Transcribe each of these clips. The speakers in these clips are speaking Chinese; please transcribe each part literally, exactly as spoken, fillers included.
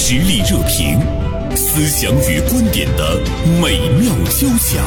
实力热评，思想与观点的美妙交响。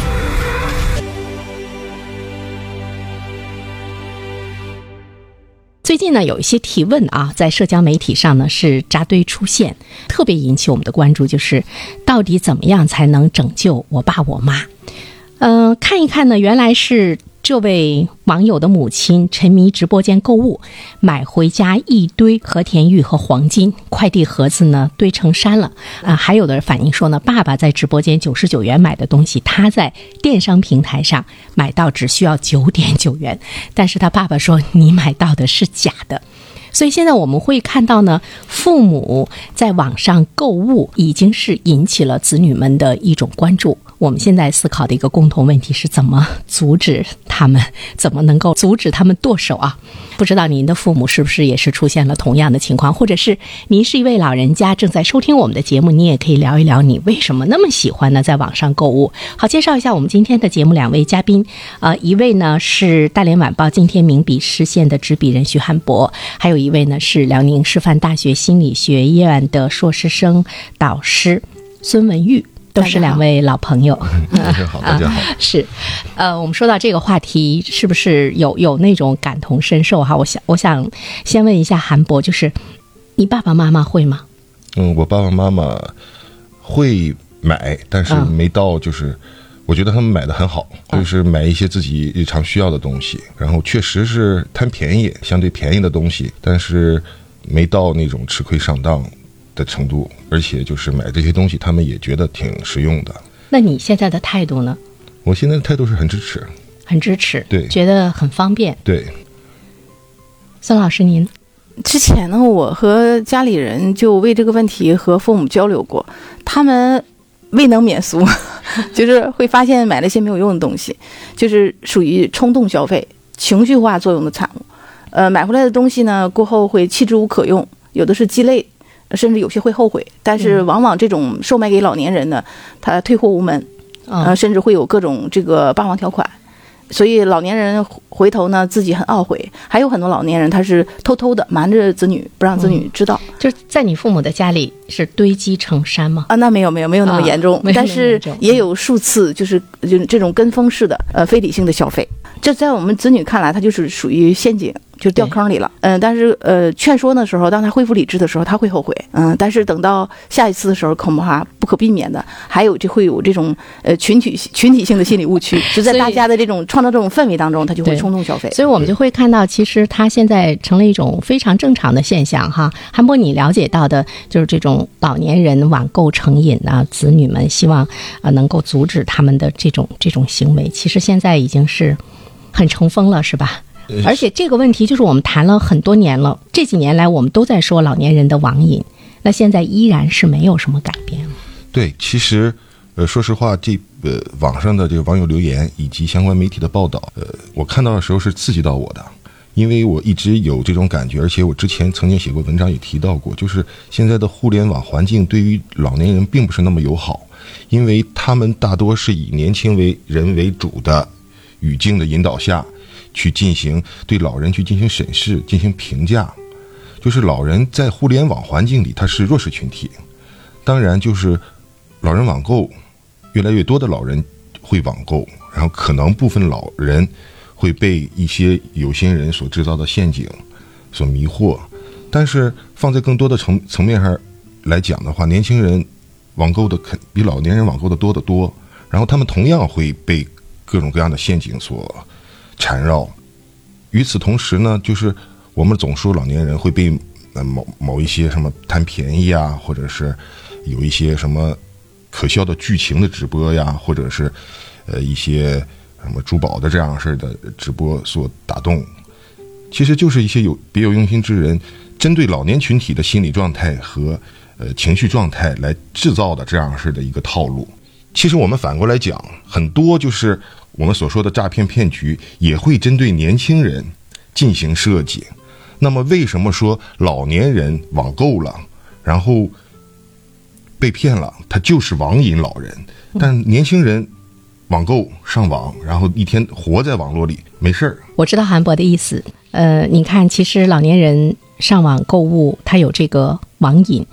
最近呢，有一些提问啊，在社交媒体上呢是扎堆出现，特别引起我们的关注，就是到底怎么样才能拯救我爸我妈？嗯、呃，看一看呢，原来是这位网友的母亲沉迷直播间购物，买回家一堆和田玉和黄金，快递盒子呢堆成山了啊、呃！还有的人反映说呢，爸爸在直播间九十九元买的东西，他在电商平台上买到只需要九点九元，但是他爸爸说你买到的是假的。所以现在我们会看到呢，父母在网上购物已经是引起了子女们的一种关注。我们现在思考的一个共同问题是怎么阻止他们，怎么能够阻止他们剁手啊？不知道您的父母是不是也是出现了同样的情况，或者是您是一位老人家正在收听我们的节目，你也可以聊一聊你为什么那么喜欢呢在网上购物。好，介绍一下我们今天的节目两位嘉宾，呃，一位呢是大连晚报今天名笔视线的执笔人徐汉博，还有一位呢是辽宁师范大学心理学院的硕士生导师孙文玉。都是两位老朋友。 大家好，大家好。 啊、是，呃，我们说到这个话题，是不是有有那种感同身受哈？我想，我想先问一下韩博，就是你爸爸妈妈会吗？ 嗯，我爸爸妈妈会买，但是没到，就是、嗯、我觉得他们买的很好，就是买一些自己日常需要的东西，然后确实是贪便宜，相对便宜的东西，但是没到那种吃亏上当的程度，而且就是买这些东西他们也觉得挺实用的。 那你现在的态度呢？ 我现在的态度是很支持， 很支持， 对， 觉得很方便。 对。 孙老师您？ 之前呢，我和家里人就为这个问题和父母交流过，他们未能免俗，就是会发现买了一些没有用的东西，就是属于冲动消费、情绪化作用的产物。呃，买回来的东西呢，过后会弃之无可用，有的是鸡肋，甚至有些会后悔。但是往往这种售卖给老年人呢，他退货无门，呃，甚至会有各种这个霸王条款。所以老年人回头呢，自己很懊悔。还有很多老年人他是偷偷的瞒着子女，不让子女知道。 嗯、就是在你父母的家里是堆积成山吗？ 啊，那没有没有没有那么严重，啊、但是也有数次就是就这种跟风式的呃非理性的消费。这在我们子女看来，它就是属于陷阱，就掉坑里了。嗯、呃，但是呃劝说的时候，当他恢复理智的时候，他会后悔。嗯、呃，但是等到下一次的时候，恐怕不可避免的，还有就会有这种呃群体群体性的心理误区，就在大家的这种创造这种氛围当中，他就会冲动消费。 所以我们就会看到，其实它现在成了一种非常正常的现象哈。韩博，你了解到的就是这种老年人网购成瘾啊，子女们希望呃能够阻止他们的这种这种行为，其实现在已经是很成风了，是吧？而且这个问题就是我们谈了很多年了，这几年来我们都在说老年人的网瘾，那现在依然是没有什么改变。 对，其实呃，说实话，这呃网上的这个网友留言以及相关媒体的报道，呃，我看到的时候是刺激到我的，因为我一直有这种感觉，而且我之前曾经写过文章也提到过，就是现在的互联网环境对于老年人并不是那么友好，因为他们大多是以年轻为人为主的语境的引导下去进行对老人去进行审视、进行评价。就是老人在互联网环境里他是弱势群体，当然就是老人网购，越来越多的老人会网购，然后可能部分老人会被一些有心人所制造的陷阱所迷惑。但是放在更多的层层面上来讲的话，年轻人网购的肯比老年人网购的多得多，然后他们同样会被各种各样的陷阱所缠绕。与此同时呢，就是我们总说老年人会被呃某某一些什么贪便宜啊，或者是有一些什么可笑的剧情的直播呀，或者是呃一些什么珠宝的这样式的直播所打动。其实就是一些有别有用心之人针对老年群体的心理状态和呃情绪状态来制造的这样式的一个套路。其实我们反过来讲，很多就是我们所说的诈骗骗局也会针对年轻人进行设计。那么为什么说老年人网购了然后被骗了，他就是网瘾老人，但年轻人网购上网，然后一天活在网络里没事儿。 我知道韩博的意思，呃，你看其实老年人上网购物他有这个网瘾，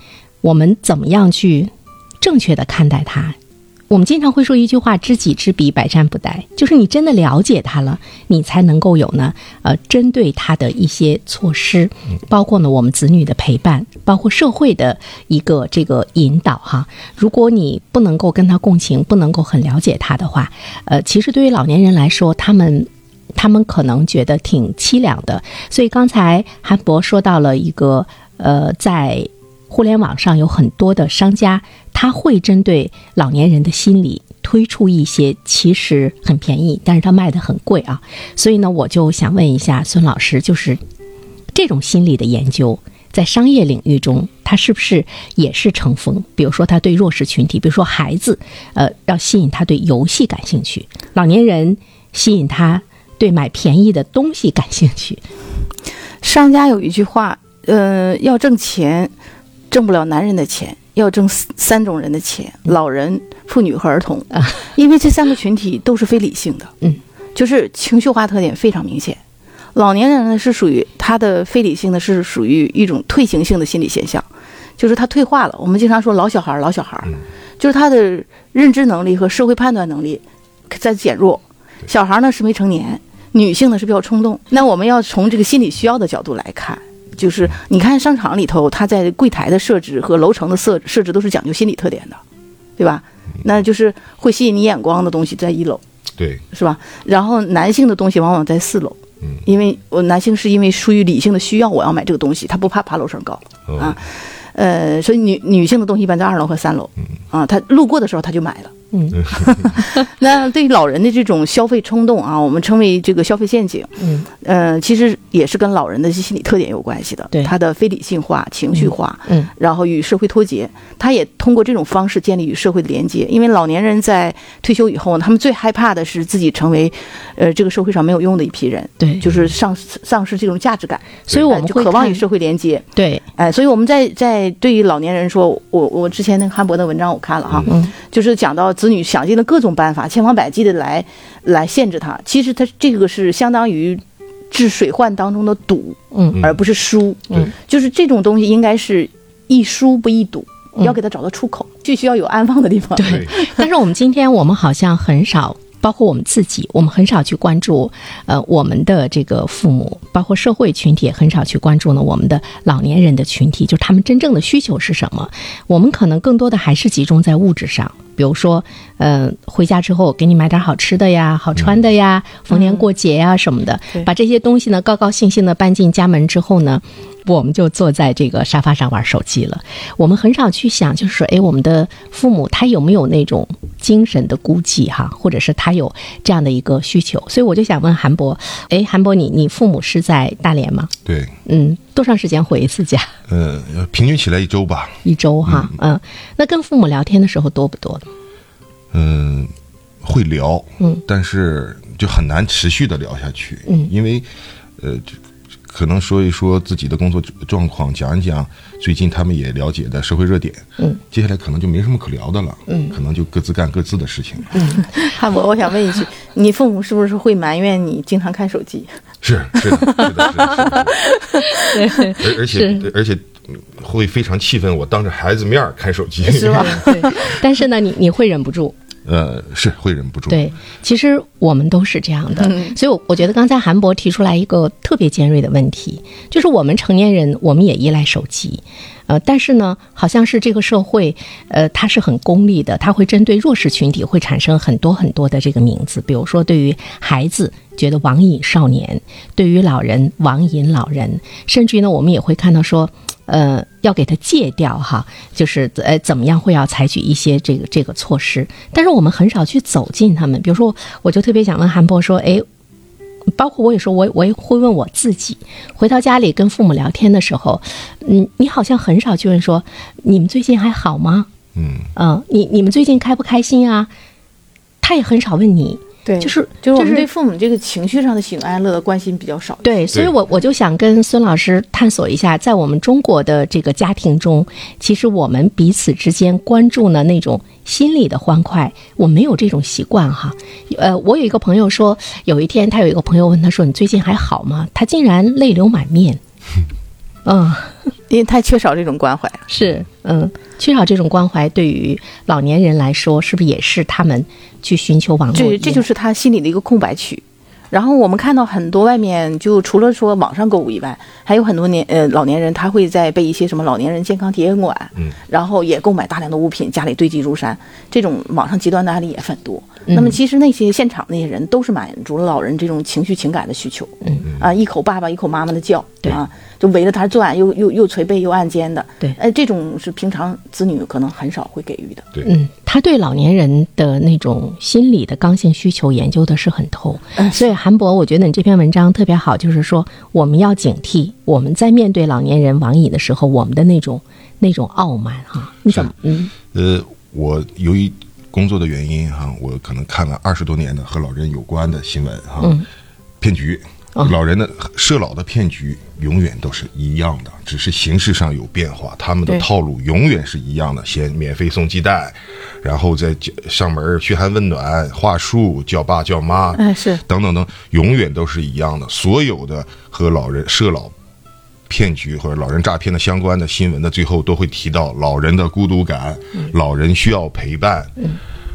我们怎么样去正确的看待他。我们经常会说一句话，知己知彼，百战不殆，就是你真的了解他了，你才能够有呢呃针对他的一些措施，包括呢我们子女的陪伴，包括社会的一个这个引导哈。如果你不能够跟他共情，不能够很了解他的话，呃其实对于老年人来说，他们他们可能觉得挺凄凉的。所以刚才韩博说到了一个呃在互联网上有很多的商家，他会针对老年人的心理推出一些其实很便宜，但是他卖得很贵啊。所以呢，我就想问一下孙老师，就是这种心理的研究在商业领域中，它是不是也是成风？比如说他对弱势群体，比如说孩子，呃，要吸引他对游戏感兴趣，老年人吸引他对买便宜的东西感兴趣。 商家有一句话，呃，要挣钱挣不了男人的钱，要挣三种人的钱：老人、妇女和儿童。因为这三个群体都是非理性的，嗯，就是情绪化特点非常明显。老年人呢是属于他的非理性的，是属于一种退行性的心理现象，就是他退化了。我们经常说老小孩，老小孩，就是他的认知能力和社会判断能力在减弱。小孩呢是没成年，女性呢是比较冲动。那我们要从这个心理需要的角度来看。就是你看商场里头，它在柜台的设置和楼层的设设置都是讲究心理特点的，对吧？那就是会吸引你眼光的东西在一楼， 对， 是吧？然后男性的东西往往在四楼，嗯，因为我男性是因为出于理性的需要，我要买这个东西，他不怕爬楼层高、哦、啊，呃，所以女女性的东西一般在二楼和三楼，嗯啊，他路过的时候他就买了。嗯，那对于老人的这种消费冲动啊，我们称为这个消费陷阱。嗯，呃，其实也是跟老人的心理特点有关系的。对，他的非理性化、情绪化，嗯，然后与社会脱节。他也通过这种方式建立与社会的连接。因为老年人在退休以后，他们最害怕的是自己成为，呃，这个社会上没有用的一批人。对，就是丧丧失这种价值感。所以我们会、呃、就渴望与社会连接。对，哎、呃，所以我们在在对于老年人说，我我之前那个汉博的文章我看了哈，嗯，就是讲到。子女想尽了各种办法，千方百计的来来限制他。其实他这个是相当于治水患当中的堵，嗯，而不是疏。嗯，就是这种东西应该是易疏不易堵，嗯、要给他找到出口，就需要有安放的地方。 对，但是我们今天我们好像很少。包括我们自己，我们很少去关注，呃，我们的这个父母，包括社会群体也很少去关注呢。我们的老年人的群体，就是他们真正的需求是什么？我们可能更多的还是集中在物质上，比如说，呃，回家之后给你买点好吃的呀、好穿的呀，逢年过节呀什么的，嗯、把这些东西呢高高兴兴的搬进家门之后呢。我们就坐在这个沙发上玩手机了。我们很少去想，就是说，哎，我们的父母他有没有那种精神的孤寂哈，或者是他有这样的一个需求。所以我就想问韩博，哎，韩博，你你父母是在大连吗？ 对， 嗯，多长时间回一次家？ 呃，平均起来一周吧。 一周哈，嗯，嗯那跟父母聊天的时候多不多？ 嗯，会聊，嗯，但是就很难持续的聊下去，嗯，因为，呃。可能说一说自己的工作状况，讲一讲最近他们也了解的社会热点。嗯，接下来可能就没什么可聊的了。嗯，可能就各自干各自的事情。 嗯，汉博，我想问一句，你父母是不是会埋怨你经常看手机？ 是是的，是的，是的，是的。而而且而且会非常气愤，我当着孩子面看手机， 是吧？对。但是呢，你你会忍不住。 呃，是会忍不住。 对，其实我们都是这样的，嗯、所以我，我觉得刚才韩博提出来一个特别尖锐的问题，就是我们成年人，我们也依赖手机，呃，但是呢，好像是这个社会，呃，它是很功利的，它会针对弱势群体会产生很多很多的这个名字，比如说对于孩子觉得网瘾少年，对于老人网瘾老人，甚至于呢，我们也会看到说。呃，要给他戒掉哈，就是呃，怎么样会要采取一些这个这个措施，但是我们很少去走进他们。比如说，我就特别想问韩博说，哎，包括我也说，我我也会问我自己，回到家里跟父母聊天的时候，嗯，你好像很少去问说，你们最近还好吗？嗯嗯、呃，你你们最近开不开心啊？他也很少问你。 对，就是就是我们对父母这个情绪上的喜怒哀乐的关心比较少。 对，所以我我就想跟孙老师探索一下，在我们中国的这个家庭中，其实我们彼此之间关注呢那种心理的欢快，我没有这种习惯哈。呃，我有一个朋友说，有一天他有一个朋友问他说：“你最近还好吗？”他竟然泪流满面。嗯。 因为太缺少这种关怀。 是，嗯，缺少这种关怀，对于老年人来说，是不是也是他们去寻求网络？ 这这就是他心里的一个空白区。然后我们看到很多外面，就除了说网上购物以外，还有很多年呃老年人，他会在被一些什么老年人健康体验馆，嗯，然后也购买大量的物品，家里堆积如山，这种网上极端的案例也很多。嗯、那么其实那些现场那些人都是满足了老人这种情绪情感的需求，嗯啊，一口爸爸一口妈妈的叫，对啊，就围着他转，又又又捶背又按肩的，对，哎，这种是平常子女可能很少会给予的。 对， 嗯，他对老年人的那种心理的刚性需求研究的是很透，嗯、所以韩博，我觉得你这篇文章特别好，就是说我们要警惕我们在面对老年人网瘾的时候，我们的那种那种傲慢哈。你怎么？嗯， 呃，我由于工作的原因哈，我可能看了二十多年的和老人有关的新闻哈，嗯、骗局。老人的涉老的骗局永远都是一样的，只是形式上有变化，他们的套路永远是一样的，先免费送鸡蛋，然后再上门嘘寒问暖，话术叫爸叫妈， 哎是等等等，永远都是一样的。所有的和老人涉老骗局或者老人诈骗的相关的新闻的最后都会提到老人的孤独感，嗯、老人需要陪伴，嗯、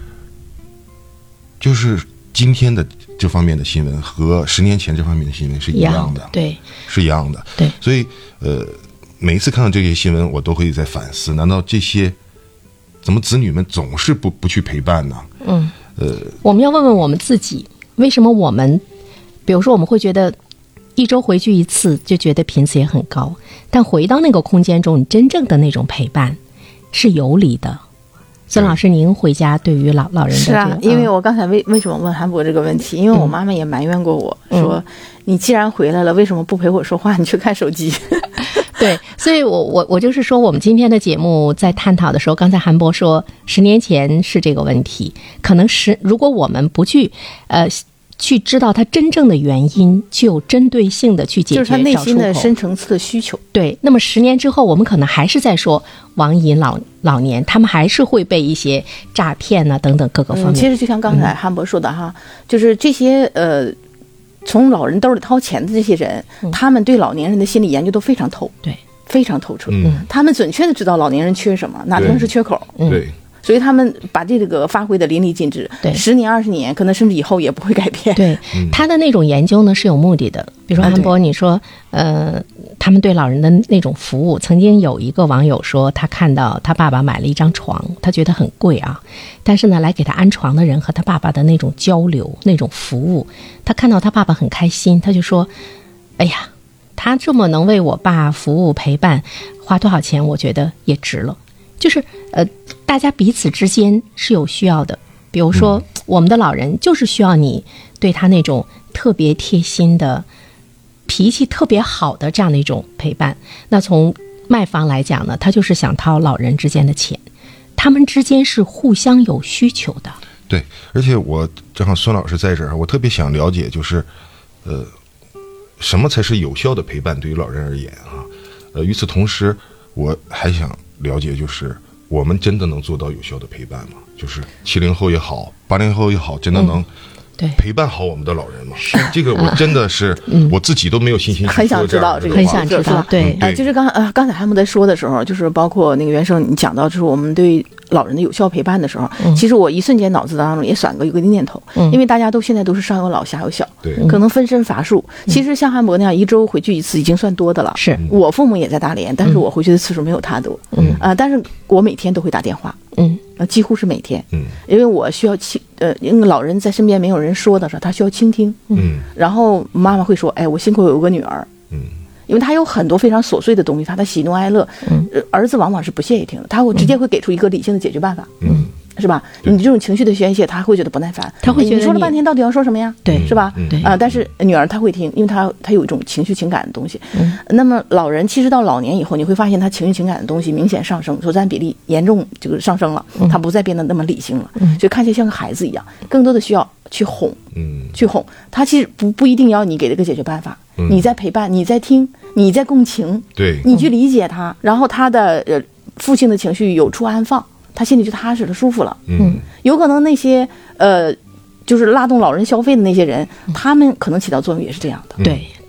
就是今天的这方面的新闻和十年前这方面的新闻是一样的， 对， 是一样的， 对。 所以，呃，每一次看到这些新闻，我都会在反思：难道这些怎么子女们总是不不去陪伴呢？ 嗯，呃，我们要问问我们自己，为什么我们，比如说我们会觉得一周回去一次就觉得频次也很高，但回到那个空间中，你真正的那种陪伴是有理的。孙老师，您回家对于老老人的、这个、 是啊，因为我刚才为为什么问韩博这个问题？因为我妈妈也埋怨过我、嗯、说，你既然回来了，为什么不陪我说话？你去看手机。 对，所以我我我就是说，我们今天的节目在探讨的时候，刚才韩博说，十年前是这个问题，可能是如果我们不去呃。去知道他真正的原因，去有针对性的去解决， 就是他内心的深层次的需求。 对，那么十年之后，我们可能还是在说网瘾老老年，他们还是会被一些诈骗啊等等各个方面。 嗯、其实就像刚才韩博说的哈，嗯、就是这些呃，从老人兜里掏钱的这些人，嗯、他们对老年人的心理研究都非常透， 对， 非常透彻。 嗯， 他们准确的知道老年人缺什么，哪地方是缺口。 对。对所以他们把这个发挥的淋漓尽致，对，十年二十年，可能甚至以后也不会改变。 对，他的那种研究呢是有目的的。比如说韩博，你说，呃，他们对老人的那种服务，曾经有一个网友说，他看到他爸爸买了一张床，他觉得很贵啊，但是呢，来给他安床的人和他爸爸的那种交流、那种服务，他看到他爸爸很开心，他就说，哎呀，他这么能为我爸服务陪伴，花多少钱，我觉得也值了。就是呃，大家彼此之间是有需要的。比如说，嗯、我们的老人就是需要你对他那种特别贴心的、脾气特别好的这样的一种陪伴。那从卖方来讲呢，他就是想掏老人之间的钱，他们之间是互相有需求的。 对，而且我正好孙老师在这儿，我特别想了解，就是呃，什么才是有效的陪伴对于老人而言啊？呃，与此同时，我还想了解，就是我们真的能做到有效的陪伴吗？就是七零后也好，八零后也好，真的能对陪伴好我们的老人吗？是这个，我真的是、嗯、我自己都没有信心去很想知道这个， 很想知道。对， 呃，就是刚呃刚才韩博在说的时候，就是包括那个袁生你讲到，就是我们对老人的有效陪伴的时候，嗯、其实我一瞬间脑子当中也闪过一个念头，嗯、因为大家都现在都是上有老下有小， 对， 可能分身乏术。嗯、其实像韩博那样一周回去一次已经算多的了。 是我父母也在大连，但是我回去的次数没有他多。嗯啊、呃，但是我每天都会打电话。嗯。几乎是每天，嗯，因为我需要倾，呃，因为老人在身边没有人说的时候，他需要倾听，嗯，然后妈妈会说，哎，我幸亏有个女儿，嗯，因为他有很多非常琐碎的东西，他的喜怒哀乐，嗯，儿子往往是不屑一听的，他会直接会给出一个理性的解决办法，嗯。是吧？你这种情绪的宣泄，他会觉得不耐烦， 他会觉得你, 你说了半天到底要说什么呀？ 对， 是吧？ 对啊、呃，但是女儿她会听，因为她她有一种情绪情感的东西。嗯，那么老人其实到老年以后，你会发现他情绪情感的东西明显上升，所占比例严重这个上升了，他不再变得那么理性了，嗯，所以看起来像个孩子一样，更多的需要去哄，嗯，去哄他。其实不不一定要你给这个解决办法，嗯、你在陪伴，你在听，你在共情， 对， 你去理解他，然后他的呃负性的情绪有处安放。他心里就踏实了，舒服了。嗯，有可能那些呃，就是拉动老人消费的那些人，他们可能起到作用也是这样的。 对，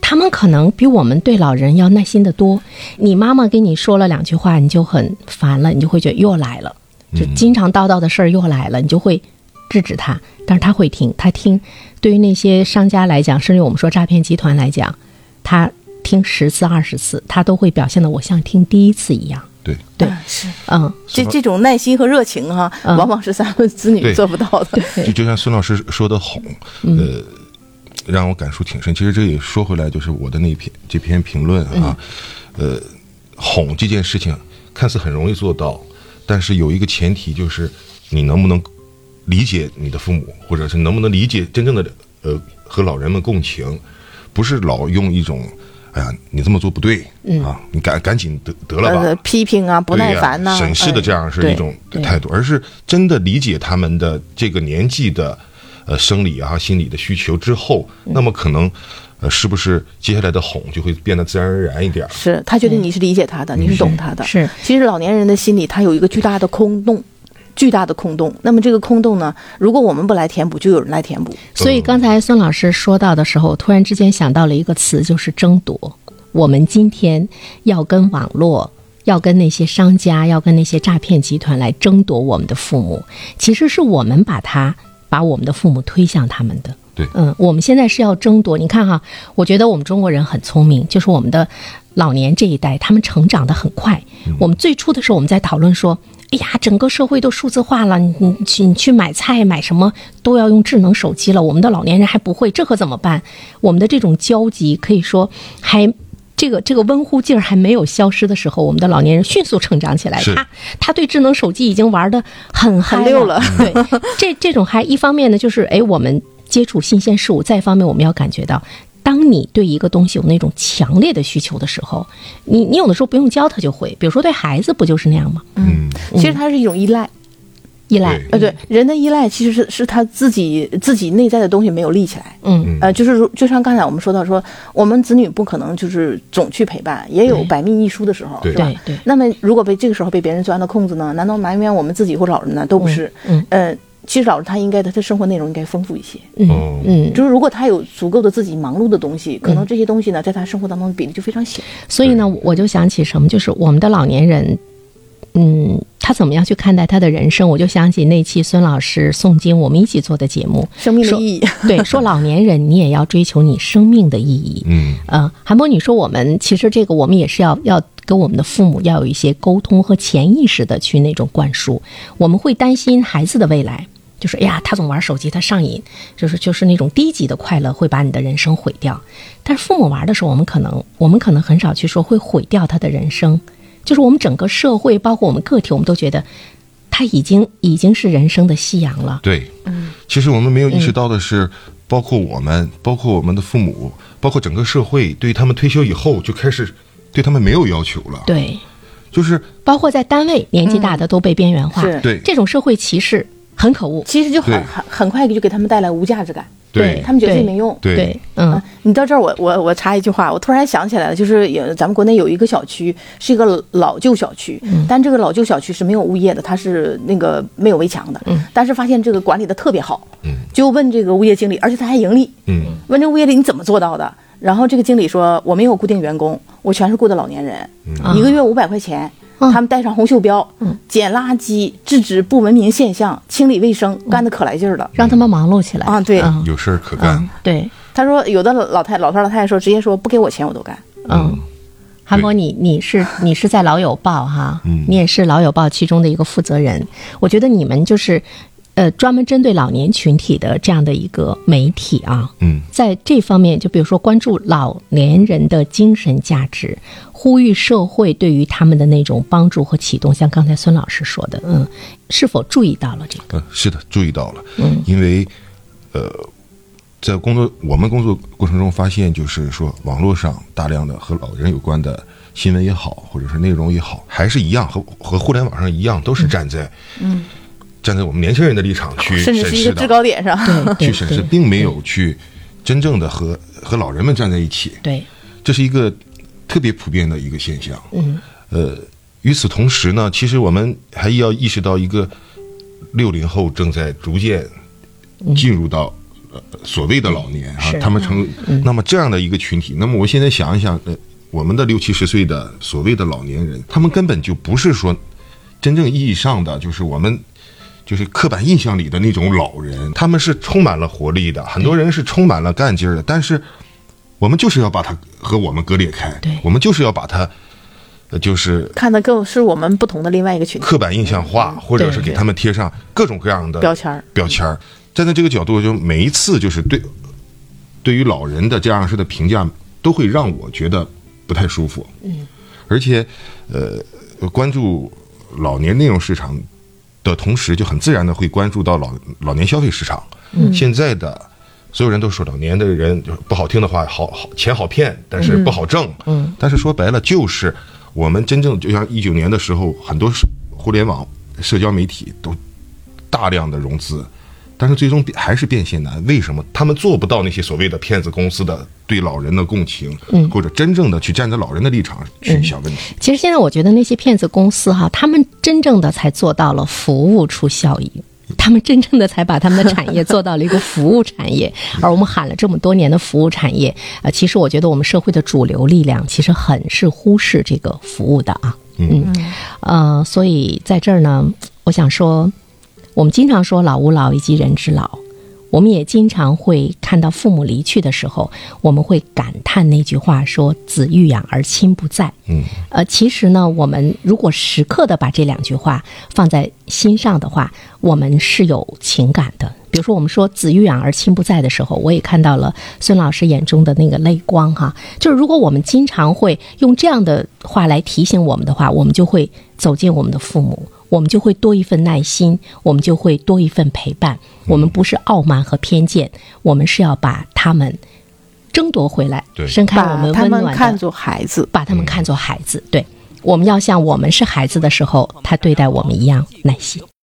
他们可能比我们对老人要耐心的多。你妈妈跟你说了两句话，你就很烦了，你就会觉得又来了，就经常叨叨的事儿又来了，你就会制止他。但是他会听，他听。对于那些商家来讲，甚至我们说诈骗集团来讲，他听十次二十次，他都会表现得我像听第一次一样。 对对， 是， 嗯， 这这种耐心和热情哈、啊，往往是咱们子女做不到的。 就就像孙老师说的哄，呃，让我感触挺深。其实这也说回来，就是我的那篇这篇评论啊，呃，哄这件事情看似很容易做到，但是有一个前提，就是你能不能理解你的父母，或者是能不能理解真正的呃和老人们共情，不是老用一种。哎呀，你这么做不对、嗯、啊！你赶赶紧得得了吧、 呃，批评啊，不耐烦呐、啊， 审视的这样是一种态度，而是真的理解他们的这个年纪的呃生理啊、心理的需求之后，那么可能呃是不是接下来的哄就会变得自然而然一点？ 是他觉得你是理解他的，嗯、你是懂他的。 是， 其实老年人的心里他有一个巨大的空洞。巨大的空洞，那么这个空洞呢，如果我们不来填补，就有人来填补。 所以刚才孙老师说到的时候，突然之间想到了一个词，就是争夺。我们今天要跟网络，要跟那些商家，要跟那些诈骗集团来争夺我们的父母，其实是我们把他把我们的父母推向他们的。 对， 嗯，我们现在是要争夺。你看哈，我觉得我们中国人很聪明，就是我们的老年这一代，他们成长得很快。嗯、我们最初的时候，我们在讨论说，哎呀，整个社会都数字化了，你你去你去买菜买什么都要用智能手机了，我们的老年人还不会，这可怎么办？我们的这种交集可以说还这个这个温乎劲儿还没有消失的时候，我们的老年人迅速成长起来，他他对智能手机已经玩得很嗨溜了。 对，这这种嗨，一方面呢就是哎我们接触新鲜事物，再一方面我们要感觉到。当你对一个东西有那种强烈的需求的时候，你你有的时候不用教他就会，比如说对孩子不就是那样吗？ 嗯，其实它是一种依赖， 依赖， 呃，对，人的依赖其实是是他自己自己内在的东西没有立起来， 嗯， 呃，就是就像刚才我们说到说，我们子女不可能就是总去陪伴，也有百密一疏的时候，是吧？ 对对。 那么如果被这个时候被别人钻了空子呢？难道埋怨我们自己或老人呢？都不是， 嗯， 呃。其实老师他应该的，他生活内容应该丰富一些。 嗯嗯， 就是如果他有足够的自己忙碌的东西，可能这些东西呢，在他生活当中的比例就非常小。 所以呢，我就想起什么，就是我们的老年人，嗯，他怎么样去看待他的人生？我就想起那期孙老师诵经，我们一起做的节目， 生命的意义。 对，说老年人你也要追求你生命的意义。嗯，呃，韩波，你说我们其实这个我们也是要要。跟我们的父母要有一些沟通和潜意识的去那种灌输，我们会担心孩子的未来，就是哎呀，他总玩手机，他上瘾，就是就是那种低级的快乐会把你的人生毁掉。但是父母玩的时候，我们可能我们可能很少去说会毁掉他的人生，就是我们整个社会，包括我们个体，我们都觉得他已经已经是人生的夕阳了。 对，嗯，其实我们没有意识到的是，嗯、包括我们，包括我们的父母，包括整个社会，对于他们退休以后就开始。对他们没有要求了， 对， 就是包括在单位，年纪大的都被边缘化， 嗯、 对这种社会歧视很可恶， 其实就很很很快就给他们带来无价值感， 对他们觉得自己没用， 对， 对嗯、啊， 你到这儿我我我插一句话，我突然想起来了，就是有咱们国内有一个小区是一个老旧小区，嗯、但这个老旧小区是没有物业的，它是那个没有围墙的，嗯，但是发现这个管理的特别好，嗯，就问这个物业经理，而且他还盈利，嗯，问这个物业经理你怎么做到的？然后这个经理说我没有固定员工，我全是雇的老年人，嗯、一个月五百块钱，嗯、他们带上红袖标，嗯、捡垃圾、制止不文明现象、清理卫生，干得可来劲儿了， 让他们忙碌起来啊！对， 嗯、 有事儿可干。 嗯、对， 他说有的老太老头老太太说直接说不给我钱我都干。 嗯，韩博，你你是你是在老友报哈，嗯、你也是老友报其中的一个负责人，我觉得你们就是。呃，专门针对老年群体的这样的一个媒体啊，嗯，在这方面，就比如说关注老年人的精神价值，呼吁社会对于他们的那种帮助和启动，像刚才孙老师说的，嗯，是否注意到了这个？ 呃，是的，注意到了，嗯，因为，呃，在工作我们工作过程中发现，就是说网络上大量的和老人有关的新闻也好，或者是内容也好，还是一样和和互联网上一样，都是站在，嗯。嗯站在我们年轻人的立场去审视的， 甚至是一个制高点上， 去审视，并没有去真正的和和老人们站在一起。 对， 这是一个特别普遍的一个现象。嗯，呃，与此同时呢，其实我们还要意识到一个六零后正在逐渐进入到呃所谓的老年啊， 是他们成、嗯、那么这样的一个群体，那么我现在想一想，呃，我们的六七十岁的所谓的老年人，他们根本就不是说真正意义上的就是我们就是刻板印象里的那种老人，他们是充满了活力的，很多人是充满了干劲儿的，但是我们就是要把它和我们割裂开， 对， 我们就是要把它。就是看的更是我们不同的另外一个群体， 刻板印象化，或者是给他们贴上各种各样的标签标签。站在这个角度，就每一次就是对对于老人的这样式的评价，都会让我觉得不太舒服。嗯，而且呃，关注老年内容市场的同时，就很自然的会关注到老老年消费市场。嗯，现在的所有人都说老年的人，不好听的话，好好钱好骗，但是不好挣。嗯，但是说白了就是。我们真正就像一九年的时候，很多互联网社交媒体都大量的融资，但是最终还是变现难。为什么？他们做不到那些所谓的骗子公司的对老人的共情，嗯，或者真正的去站在老人的立场去想问题。 嗯、其实现在我觉得那些骗子公司哈，他们真正的才做到了服务出效益。他们真正的才把他们的产业做到了一个服务产业，而我们喊了这么多年的服务产业，呃，其实我觉得我们社会的主流力量其实很是忽视这个服务的啊，嗯，呃，所以在这儿呢，我想说，我们经常说老吾老以及人之老，我们也经常会看到父母离去的时候，我们会感叹那句话说“子欲养而亲不在”。嗯，呃，其实呢，我们如果时刻的把这两句话放在心上的话，我们是有情感的。比如说我们说子欲养而亲不在的时候，我也看到了孙老师眼中的那个泪光哈。就是如果我们经常会用这样的话来提醒我们的话，我们就会走进我们的父母，我们就会多一份耐心，我们就会多一份陪伴。我们不是傲慢和偏见，我们是要把他们争夺回来，伸开我们温暖的， 把他们看作孩子， 把他们看作孩子。对，我们要像我们是孩子的时候，他对待我们一样耐心。